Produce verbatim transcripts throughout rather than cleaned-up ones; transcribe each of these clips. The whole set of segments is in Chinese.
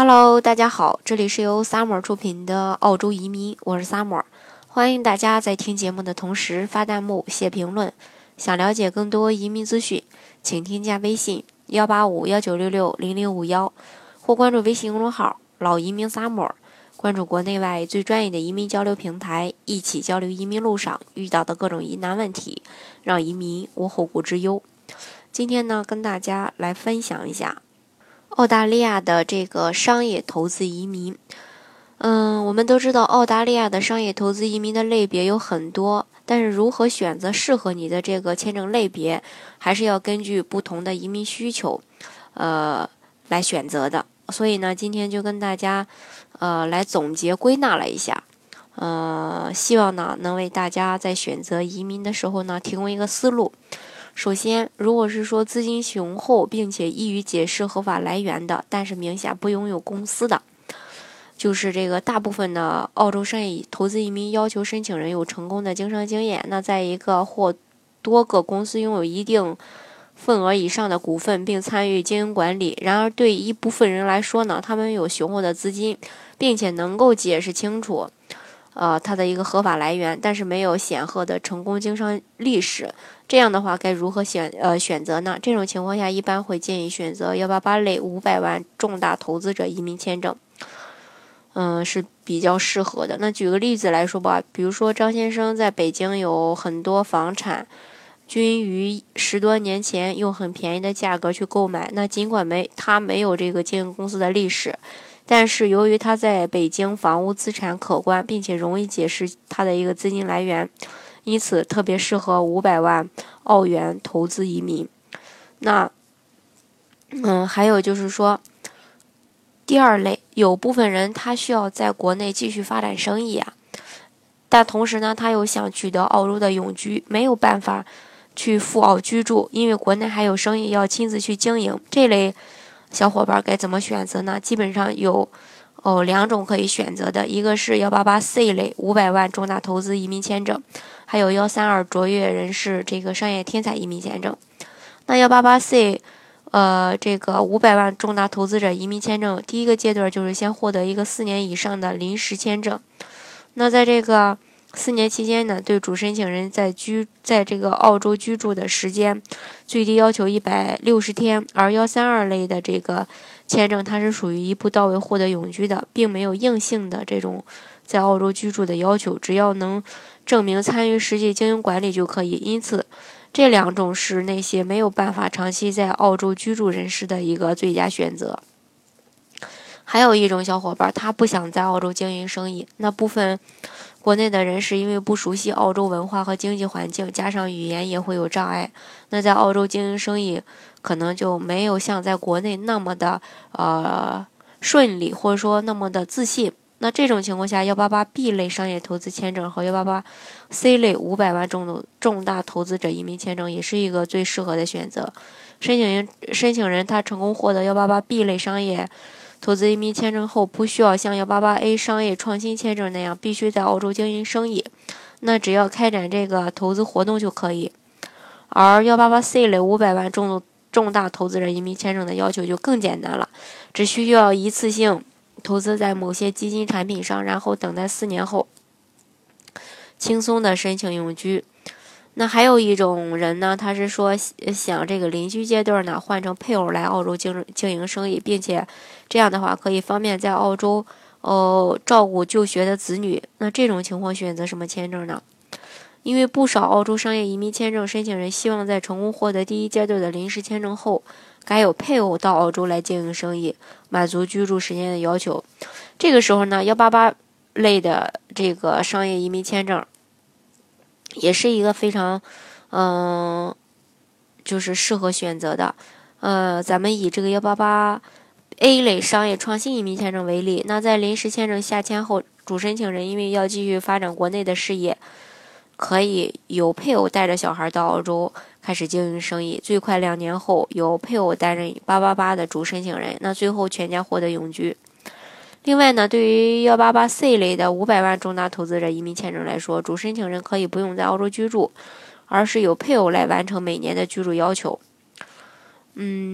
Hello，大家好，这里是由 Summer 出品的澳洲移民，我是 Summer，欢迎大家在听节目的同时发弹幕、写评论。想了解更多移民资讯，请添加微信幺八五幺九六六零零五幺，或关注微信公众号老移民 Summer， 关注国内外最专业的移民交流平台，一起交流移民路上遇到的各种疑难问题，让移民无后顾之忧。今天呢，跟大家来分享一下澳大利亚的这个商业投资移民。嗯，我们都知道澳大利亚的商业投资移民的类别有很多，但是如何选择适合你的这个签证类别，还是要根据不同的移民需求，呃，来选择的。所以呢，今天就跟大家，呃，来总结归纳了一下，呃，希望呢能为大家在选择移民的时候呢提供一个思路。首先，如果是说资金雄厚并且易于解释合法来源的，但是名下不拥有公司的，就是这个大部分的澳洲商业投资移民要求申请人有成功的经商经验，那在一个或多个公司拥有一定份额以上的股份并参与经营管理。然而对一部分人来说呢，他们有雄厚的资金，并且能够解释清楚呃，它的一个合法来源，但是没有显赫的成功经商历史。这样的话，该如何选呃选择呢？这种情况下，一般会建议选择幺八八类五百万重大投资者移民签证，嗯，是比较适合的。那举个例子来说吧，比如说张先生在北京有很多房产，均于十多年前用很便宜的价格去购买。那尽管没他没有这个经营公司的历史，但是由于他在北京房屋资产可观，并且容易解释他的一个资金来源，因此特别适合五百万澳元投资移民。那，嗯，还有就是说，第二类，有部分人他需要在国内继续发展生意啊，但同时呢，他又想取得澳洲的永居，没有办法去赴澳居住，因为国内还有生意要亲自去经营。这类小伙伴该怎么选择呢？基本上有哦两种可以选择的，一个是幺八八 C 类五百万重大投资移民签证，还有幺三二卓越人士这个商业天才移民签证。那幺八八 C 呃这个五百万重大投资者移民签证，第一个阶段就是先获得一个四年以上的临时签证。那在这个四年期间呢，对主申请人在居在这个澳洲居住的时间最低要求一百六十天，而幺三二类的这个签证它是属于一步到位获得永居的，并没有硬性的这种在澳洲居住的要求，只要能证明参与实际经营管理就可以。因此这两种是那些没有办法长期在澳洲居住人士的一个最佳选择。还有一种小伙伴，他不想在澳洲经营生意，那部分国内的人士因为不熟悉澳洲文化和经济环境，加上语言也会有障碍，那在澳洲经营生意可能就没有像在国内那么的呃顺利，或者说那么的自信。那这种情况下，幺八八 B 类商业投资签证和幺八八 C 类五百万重重大投资者移民签证也是一个最适合的选择。申请人申请人他成功获得幺八八 B 类商业投资移民签证后，不需要像幺八八 A 商业创新签证那样必须在澳洲经营生意，那只要开展这个投资活动就可以。而幺八八 C 类五百万重重大投资者移民签证的要求就更简单了，只需要一次性投资在某些基金产品上，然后等待四年后轻松的申请永居。那还有一种人呢，他是说想这个邻居阶段呢换成配偶来澳洲经经营生意，并且这样的话可以方便在澳洲呃照顾就学的子女。那这种情况选择什么签证呢？因为不少澳洲商业移民签证申请人希望在成功获得第一阶段的临时签证后，该有配偶到澳洲来经营生意，满足居住时间的要求。这个时候呢，幺八八类的这个商业移民签证也是一个非常，嗯、呃，就是适合选择的。呃，咱们以这个幺八八 A 类商业创新移民签证为例，那在临时签证下签后，主申请人因为要继续发展国内的事业，可以由配偶带着小孩到澳洲开始经营生意，最快两年后由配偶担任八八八的主申请人，那最后全家获得永居。另外呢，对于幺八八 C 类的五百万重大投资者移民签证来说，主申请人可以不用在澳洲居住，而是由配偶来完成每年的居住要求。嗯，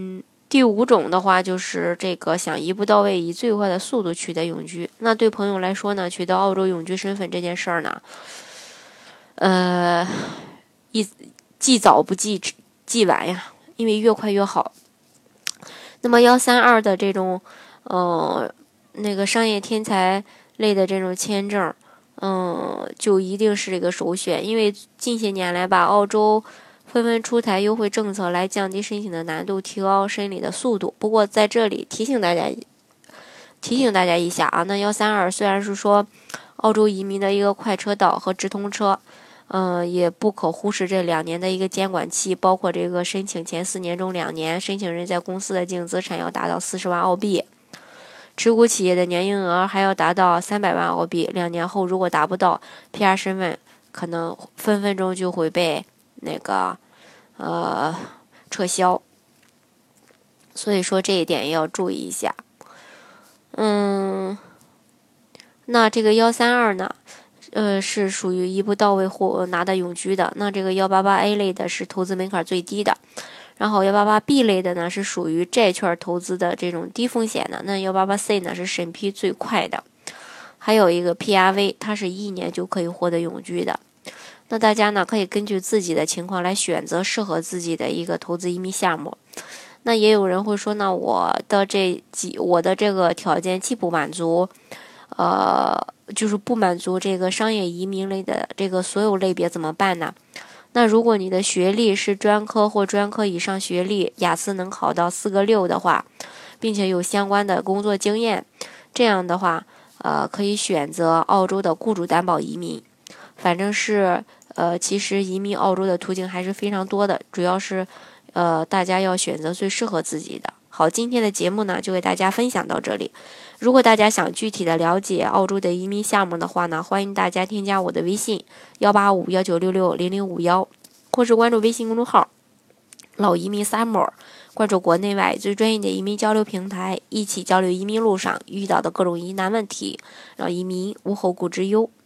第五种的话就是这个想一步到位，以最快的速度取得永居。那对朋友来说呢，取得澳洲永居身份这件事儿呢，呃，一既早不既既晚呀，因为越快越好。那么幺三二的这种，呃，那个商业天才类的这种签证，嗯，就一定是这个首选，因为近些年来吧，澳洲纷纷出台优惠政策来降低申请的难度，提高审理的速度。不过在这里提醒大家，提醒大家一下啊，那幺三二虽然是说澳洲移民的一个快车道和直通车，嗯、呃，也不可忽视这两年的一个监管期，包括这个申请前四年中两年，申请人在公司的净资产要达到四十万澳币。持股企业的年营额还要达到三百万澳币，两年后如果达不到 P R 身份，可能分分钟就会被那个呃撤销。所以说这一点也要注意一下。嗯，那这个幺三二呢，呃是属于一步到位或拿到永居的。那这个幺八八 A 类的是投资门槛最低的。然后幺八八 B 类的呢是属于债券投资的这种低风险的，那幺八八 C 呢是审批最快的，还有一个 P R V， 它是一年就可以获得永居的。那大家呢可以根据自己的情况来选择适合自己的一个投资移民项目。那也有人会说呢，我的这几我的这个条件既不满足，呃，就是不满足这个商业移民类的这个所有类别怎么办呢？那如果你的学历是专科或专科以上学历，雅思能考到四个六的话，并且有相关的工作经验，这样的话，呃，可以选择澳洲的雇主担保移民。反正是，呃，其实移民澳洲的途径还是非常多的，主要是，呃，大家要选择最适合自己的。好，今天的节目呢，就给大家分享到这里。如果大家想具体的了解澳洲的移民项目的话呢，欢迎大家添加我的微信幺八五幺九六六零零五幺，或是关注微信公众号老移民 Summer， 关注国内外最专业的移民交流平台，一起交流移民路上遇到的各种疑难问题，让移民无后顾之忧。